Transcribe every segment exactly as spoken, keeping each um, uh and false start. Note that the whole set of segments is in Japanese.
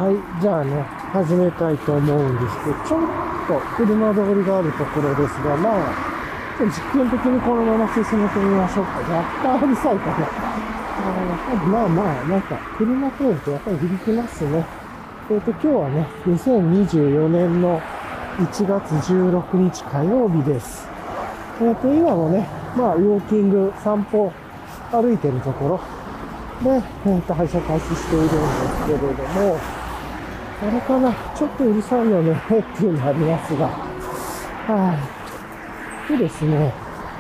はい、じゃあね、始めたいと思うんですけど、ちょっと車通りがあるところですが、まあ、実験的にこのまま進めてみましょうか。若干うるさいかな。あまあまあ、なんか、車通るとやっぱり響きますね。えっと、今日はね、にせんにじゅうよねんのいちがつじゅうろくにち火曜日です。えっと、今もね、まあ、ウォーキング、散歩、歩いてるところで、えっと、配車開始しているんですけれども、あれかな、ちょっとうるさいよねっていうのがありますが、はい。でですね、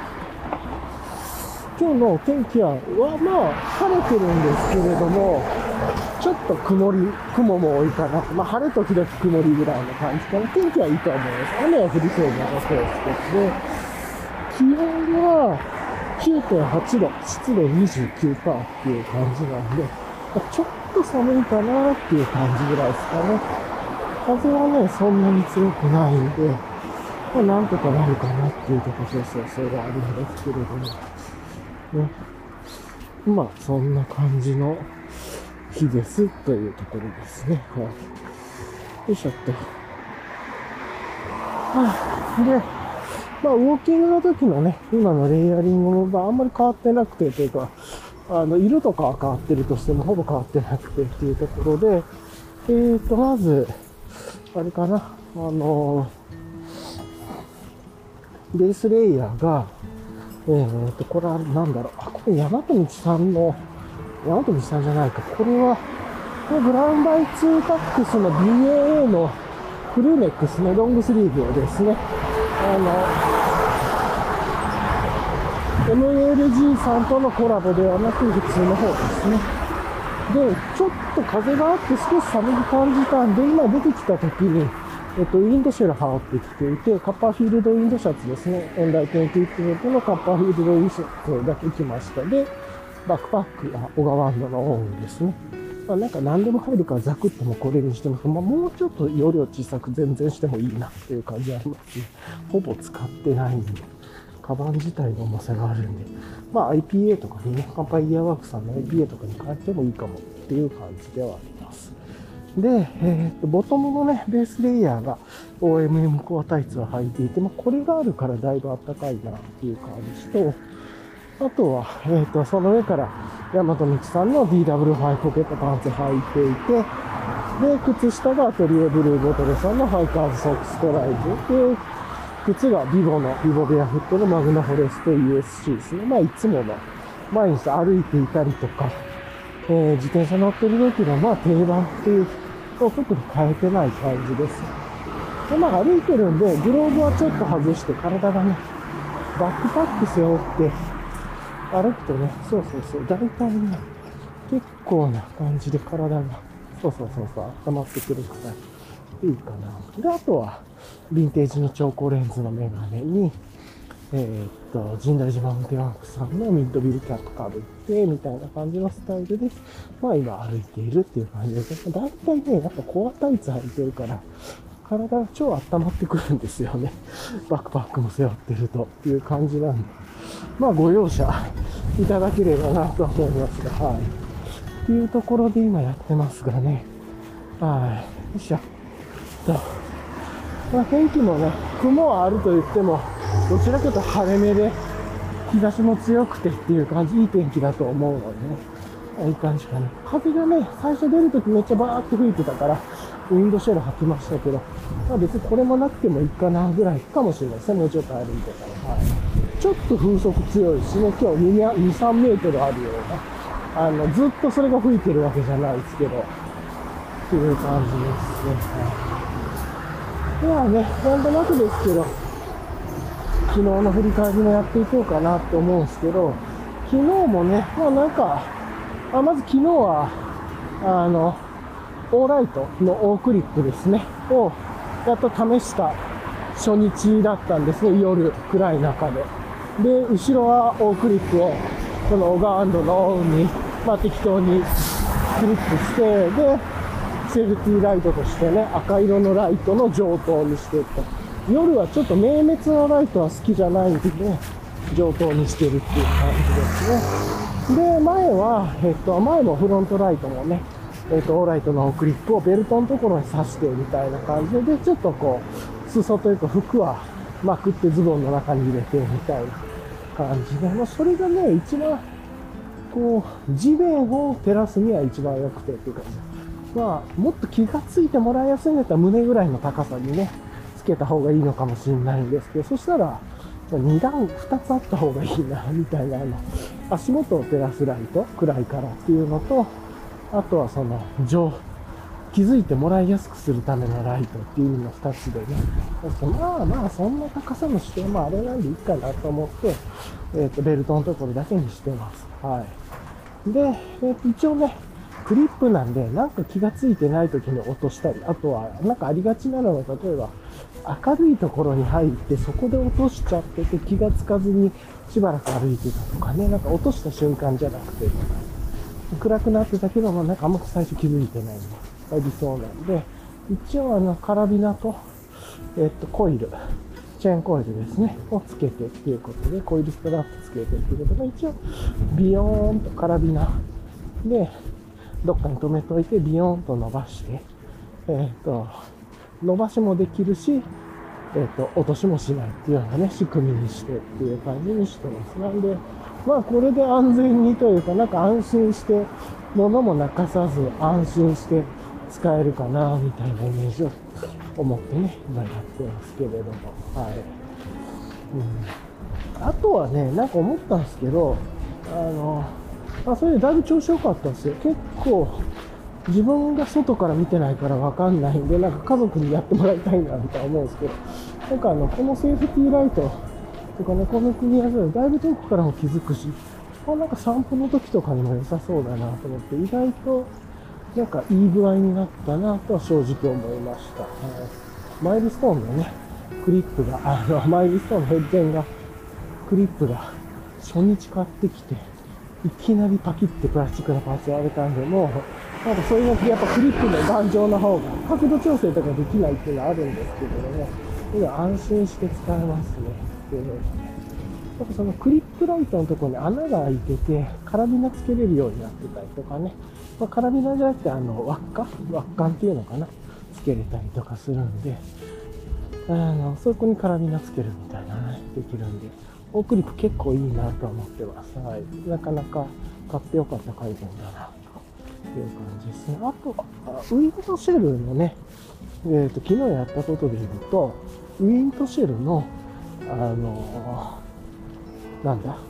今日の天気は、はまあ、晴れてるんですけれども、ちょっと曇り、雲も多いかな。まあ、晴れ時々曇りぐらいの感じかな。天気はいいと思います。雨は降りそうなさそうですけど、気温は きゅうてんはちど、湿度 にじゅうきゅうパーセント っていう感じなんで、ちょっと寒いかなっていう感じぐらいですかね。風はね、そんなに強くないんで、まあ、なんとかなるかなっていうところそうそうそうがあるんですけれども、ね。まあ、そんな感じの日ですというところですね。はい。よいしょっと。はい。で、まあ、ウォーキングの時のね、今のレイヤリングも、まあ、あんまり変わってなくてというか、あの、色とかは変わってるとしても、ほぼ変わってなくてっていうところで、えーと、まず、あれかな、あの、ベースレイヤーが、えーと、これはなんだろう、あ、これ大和道さんの、大和道さんじゃないか、これは、これブラウンバイツータックスの ビーエーエー のフルーネックスね、ロングスリーブをですね、あの、エムエルジー さんとのコラボではなく普通の方ですね。で、ちょっと風があって少し寒く感じたんで、今出てきた時に、えっと、ウィンドシェル羽織ってきていて、カッパーフィールドウィンドシャツですね。エンライトにじゅういちのカッパーフィールドウィンドシャツだけ着ました。で、バックパックはオガワンドのオンですね。まあ、なんか何でも入るからザクッともこれにしても、まあ、もうちょっと容量小さく全然してもいいなっていう感じありますし、ほぼ使ってないんで、カバン自体の重さがあるんで、まあ アイピーエー とかにね、カンパイイヤーワークさんの アイピーエー とかに変えてもいいかもっていう感じではあります。で、えー、とボトムのね、ベースレイヤーが オーエムエム コアタイツを履いていて、まあ、これがあるからだいぶあったかいなっていう感じと、あとは、えー、とその上から大和道さんの ディーダブリューファイ ポケットパンツ履いていて、で、靴下がアトリエブルーボトルさんのハイカーズソックストライブで、靴がビボの、ビボベアフットのマグナフォレスト ユーエスシー ですね。まあ、いつもの、毎日歩いていたりとか、えー、自転車乗ってる時の、まあ、定番っていう、特に変えてない感じです。で、まあ、歩いてるんで、グローブはちょっと外して、体がね、バックパック背負って、歩くとね、そうそうそう、大体ね、結構な感じで体が、そうそうそうそう、温まってくるからいいかな。で、あとは、ヴィンテージの超高レンズのメガネに、えー、っと、神代寺マウンテンワークさんのミッドビルキャップかぶって、みたいな感じのスタイルで、まあ今歩いているっていう感じです。だいたいね、やっぱコアタイツ履いてるから、体が超温まってくるんですよね。バックパックも背負ってるとっていう感じなんで。まあご容赦いただければなと思いますが、はい。っていうところで今やってますがね。はい。よいしょ。と。まあ天気もね、雲はあると言っても、どちらかというと晴れ目で、日差しも強くてっていう感じ、いい天気だと思うのでね。いい感じかね。風がね、最初出るときめっちゃバーって吹いてたから、ウィンドシェル履きましたけど、まあ別にこれもなくてもいいかなぐらいかもしれないですね。もうちょっと歩いてたら。はい。ちょっと風速強いしね、今日に、さんメートルあるような、あの、ずっとそれが吹いてるわけじゃないですけど、っていう感じですね。はい。ではね、なんとなくですけど、昨日の振り返りもやっていこうかなって思うんですけど、昨日もね、まあなんか、あまず昨日は、あの、オーライトのオークリップですね、をやっと試した初日だったんですね、夜暗い中で。で、後ろはオークリップを、このオガワンドのオンに、まあ適当にクリップして、で、セーフティーライトとしてね、赤色のライトの上等にしていった。夜はちょっと明滅のライトは好きじゃないんでね、上等にしてるっていう感じですね。で、前は、えっと、前もフロントライトもね、 えっと、オーライトのクリップをベルトのところに刺してみたいな感じで、ちょっとこう、裾というか服はまくってズボンの中に入れてみたいな感じで、まあ、それがね、一番、こう、地面を照らすには一番良くてっていうか、まあ、もっと気がついてもらいやすいんだったら胸ぐらいの高さにね、つけた方がいいのかもしれないんですけど、そしたら、に段、ふたつあった方がいいな、みたいな、あの、足元を照らすライト、暗いからっていうのと、あとはその、上、気づいてもらいやすくするためのライトっていうのふたつでね、まあまあ、そんな高さの指定もあれなんでいいかなと思って、えっと、ベルトのところだけにしてます。はい。で、えっと、一応ね、クリップなんで、なんか気がついてない時に落としたり、あとは、なんかありがちなのが、例えば、明るいところに入って、そこで落としちゃってて、気がつかずにしばらく歩いてたとかね、なんか落とした瞬間じゃなくて、暗くなってたけども、なんかあんま最初気づいてないのがありそうなんで、一応あの、カラビナと、えっと、コイル、チェーンコイルですね、をつけてっていうことで、コイルストラップつけてっていうことで、一応、ビヨーンとカラビナで、どっかに止めといて、ビヨーンと伸ばして、えっと、伸ばしもできるし、えっと、落としもしないっていうようなね、仕組みにしてっていう感じにしてます。なんで、まあ、これで安全にというか、なんか安心して、物も泣かさず安心して使えるかな、みたいなイメージを思ってね、今やってますけれども。はい。うん、あとはね、なんか思ったんですけど、あの、あ、それでだいぶ調子良かったんですよ。結構、自分が外から見てないからわかんないんで、なんか家族にやってもらいたいな、みたいな思うんですけど、なんかあの、このセーフティーライトとかね、この組み合わせでだいぶ遠くからも気づくし、まあ、なんか散歩の時とかにも良さそうだなと思って、意外と、なんかいい具合になったなとは正直思いました。はい、マイルストーンのね、クリップが、あの、マイルストーンのヘッデンが、クリップが初日買ってきて、いきなりパキってプラスチックのパーツを割れたんで、もう、なんかそういうのってやっぱクリップの頑丈な方が、角度調整とかできないっていうのはあるんですけども、今安心して使えますね。っていうのやっぱそのクリップライトのところに穴が開いてて、カラビナつけれるようになってたりとかね、まあ、カラビナじゃなくてあの輪っか輪っかっていうのかな、つけれたりとかするんで、あのそこにカラビナつけるみたいなね、できるんで、オークリップ結構いいなと思ってます。はい。なかなか買ってよかった回転だな、という感じですね。あと、ウィンドシェルのね、えっと、昨日やったことで言うと、ウィンドシェルの、あのー、なんだ、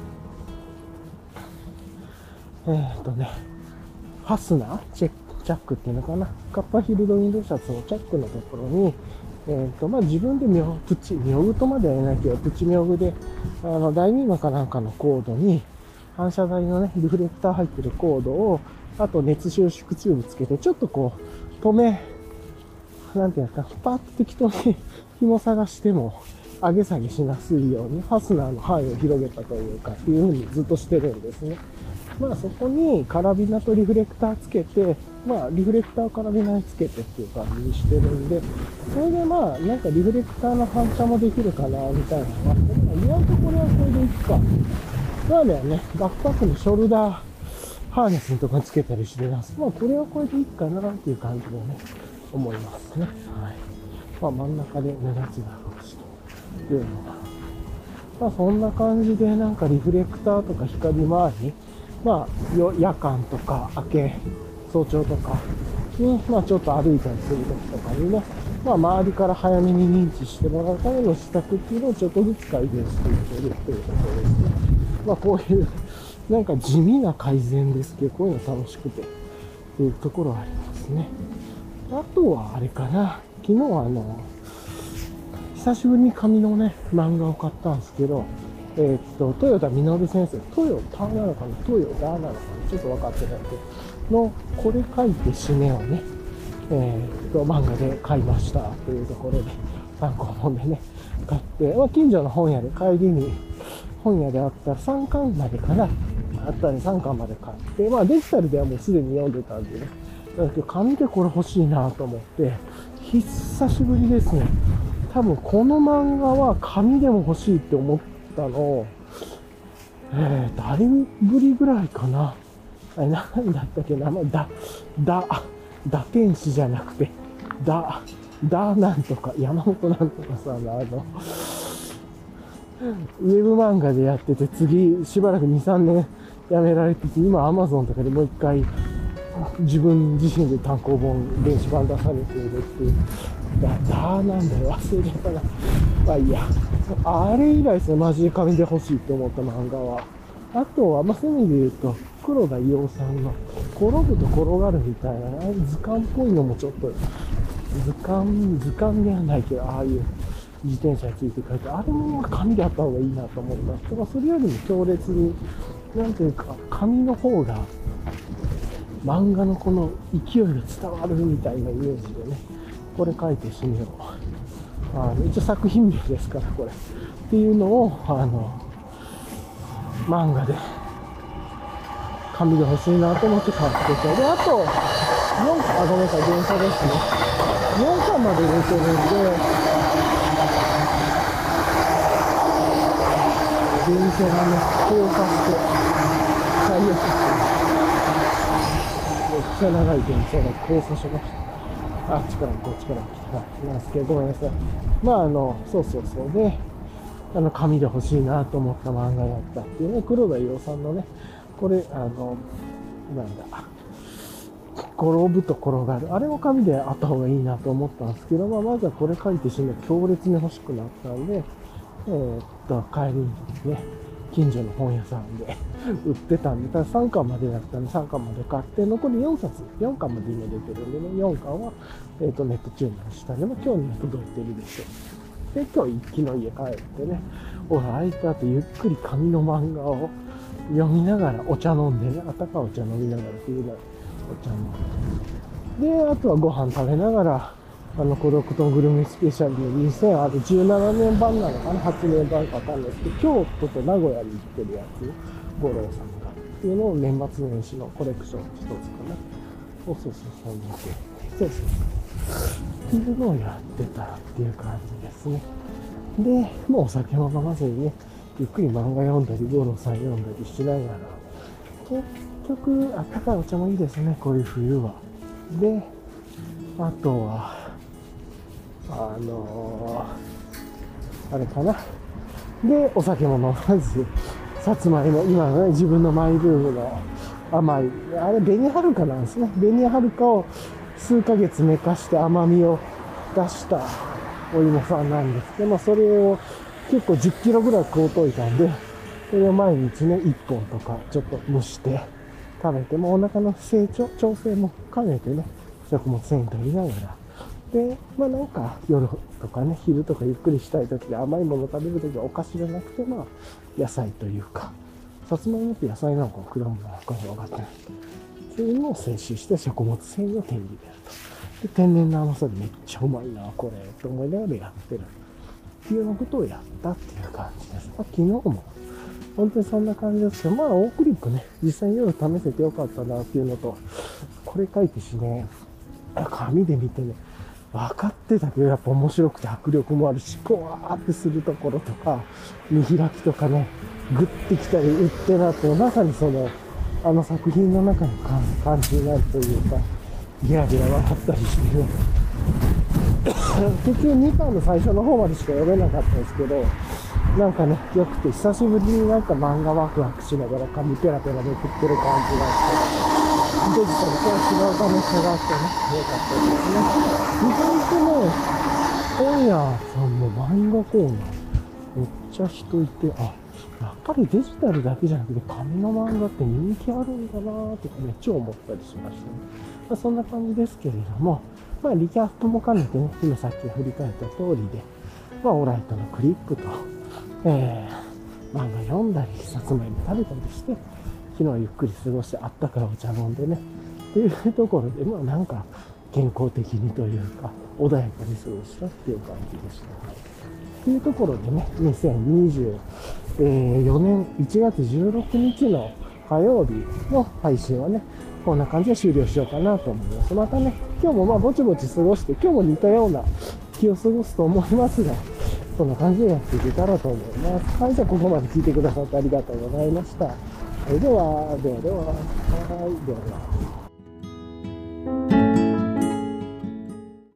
えっとね、ファスナーチェック、チャックっていうのかな、カッパーヒルドウィンドウシャツのチャックのところに、えっと、まあ、自分でミョプチ、ミョグとまでは言えないけど、プチミョグで、あの、ダイミーマかなんかのコードに、反射材のね、リフレクター入ってるコードを、あと熱収縮チューブつけて、ちょっとこう、止め、なんていうんですか、パーッと適当に紐探しても、上げ下げしなすいように、ファスナーの範囲を広げたというか、っていう風にずっとしてるんですね。まあそこにカラビナとリフレクターつけて、まあリフレクターをカラビナにつけてっていう感じにしてるんで、それでまあなんかリフレクターの反射もできるかな、みたいなのがあって、意外とこれはこれでいくか。ラーメンはね、バックパックにショルダー、ハーネスのとこにつけたりしてます。まあこれはこれでいいかなっていう感じでね、思いますね。はい。まあ真ん中で目立つだろうし、というのが。まあそんな感じでなんかリフレクターとか光回り、まあ夜間とか明け、早朝とかに、まあちょっと歩いたりするときとかにね、まあ周りから早めに認知してもらうための施策っていうのをちょっとずつ改善していけるっていうところですね。まあこういう、なんか地味な改善ですけど、こういうの楽しくてっていうところはありますね。あとはあれかな、昨日はあの、久しぶりに紙のね、漫画を買ったんですけど、えー、っと、豊田実先生、トヨタなのかな、トヨタなのかな、ちょっと分かってないけど、の、これ書いて死ねをね、えー、っと、漫画で買いましたというところで、単行本でね、買って、まあ、近所の本屋で帰りに、本屋であったらさんかんまでかな、あったらさんかんまで買って、まあデジタルではもうすでに読んでたんでね、だけど紙でこれ欲しいなと思って、久しぶりですね。多分この漫画は紙でも欲しいって思ったの、えー、だいぶぶりぐらいかな。 あれ何だったっけ、名前、だ、だ、だ天使じゃなくて、だ、だなんとか、山本なんとかさんのあの、ウェブ漫画でやってて、次、しばらくに、さんねんやめられてて、今アマゾンとかでもう一回、自分自身で単行本、電子版出されているっていう、だ、だなんだよ、忘れちゃったな。まあいいや。あれ以来ですね、マジで紙で欲しいって思った漫画は。あとは、まあ、そういう意味で言うと、黒田伊代さんの、転ぶと転がるみたいな、ああいう図鑑っぽいのもちょっと、図鑑、図鑑ではないけど、ああいう自転車について書いて、あれも紙であった方がいいなと思ったんですけど、それよりも強烈に、なんていうか、紙の方が、漫画のこの勢いが伝わるみたいなイメージでね、これ書いてしみよう。あの一応作品名ですから、これ。っていうのを、あの、漫画で、紙で欲しいなと思って買ってて。で、あと、よんかん、あ、ごめんなさい、電車ですね。よんかんまで出てるんで、電車がね、交差して、最悪です。めっちゃ長い電車が交差しました。あっちからこっちから来たなんですけど、ごめんなさい。まあ、あの、そうそうそう。で、あの、紙で欲しいなと思った漫画だったっていうね、黒田伊代さんのね、これ、あの、なんだ、転ぶと転がる。あれも紙であった方がいいなと思ったんですけど、まあ、まずはこれ書いてしまう強烈に欲しくなったんで、えー、っと、帰りにね、近所の本屋さんで売ってたんで、たださんかんまでだったんでさんかんまで買って、残りよんさつ、よんかんまで今出てるんでね、よんかんは、えー、っと、ネット注文したんで、まあ、今日には届いてるでしょう。で、今日一気の家帰ってね、お空いた後ゆっくり紙の漫画を読みながらお茶飲んでね、あったかいお茶飲みながらっていうのはお茶飲んで。で、あとはご飯食べながら、あの、孤独とグルメスペシャルのにせんじゅうななねんばんなのかな ?はち 年版かわかんないですけど、京都と名古屋に行ってるやつ、五郎さんが。っていうのを年末年始のコレクション一つかな。そうそうそう、そんな系。そうそうそう。っていうのをやってたっていう感じですね。で、もうお酒も飲まずにね、ゆっくり漫画読んだり、五郎さん読んだりしながら、結局、あったかいお茶もいいですね、こういう冬は。で、あとは、あのー、あれかな。で、お酒も飲まず、さつまいも、今のね、自分のマイブームの甘い、あれ、紅はるかなんですね。紅はるかを数ヶ月寝かして甘みを出したお芋さんなんですけど、まあ、それを結構じゅっキロぐらい買うといたんで、それを毎日ね、いっぽんとかちょっと蒸して食べて、もお腹の成長、調整も兼ねてね、食物繊維取りながら、で、まあなんか夜とかね、昼とかゆっくりしたい時で甘いもの食べる時はお菓子じゃなくて、まあ野菜というか、さつまいもって野菜なのか果物なのか分かってない。そういうのを摂取して食物繊維を手に入れると。で、天然の甘さでめっちゃうまいな、これ、と思いながらやってる。っていうようなことをやったっていう感じです。まあ、昨日も、本当にそんな感じですけど、まあ、オークリックね、実際に夜試せてよかったなっていうのと、これ書いてしね、紙で見てね、分かってたけど、やっぱ面白くて迫力もあるし、こわーってするところとか、見開きとかね、グッてきたり、打ってなって、まさにその、あの作品の中の感じになるというか、ギラギラ笑ったりしてね。結局にかんの最初の方までしか読めなかったんですけど、なんかね、よくて久しぶりになんか漫画ワクワクしながら紙ペラペラめくってる感じがあって、デジタルとは違う楽しさがあってね、よかったですね。意外とね、本屋さんの漫画コーナー、めっちゃ人いて、あ、やっぱりデジタルだけじゃなくて紙の漫画って人気あるんだなーってめっちゃ思ったりしましたね。まあ、そんな感じですけれども、まあリキャップも兼ねてね、今さっき振り返った通りで、まあオーライトのクリップと、えー、漫画読んだり、さつまいも食べたりして、昨日ゆっくり過ごしてあったかいお茶飲んでね、っていうところで、まあなんか健康的にというか、穏やかに過ごしたっていう感じでした。というところでね、にせんにじゅうよねんいちがつじゅうろくにちの火曜日の配信はね、こんな感じで終了しようかなと思います。またね、今日もまあぼちぼち過ごして、今日も似たような日を過ごすと思いますが、そんな感じでやっていけたらと思います。はい、じゃあここまで聞いてくださってありがとうございました。 それでは、ではでは、はい、ではでは。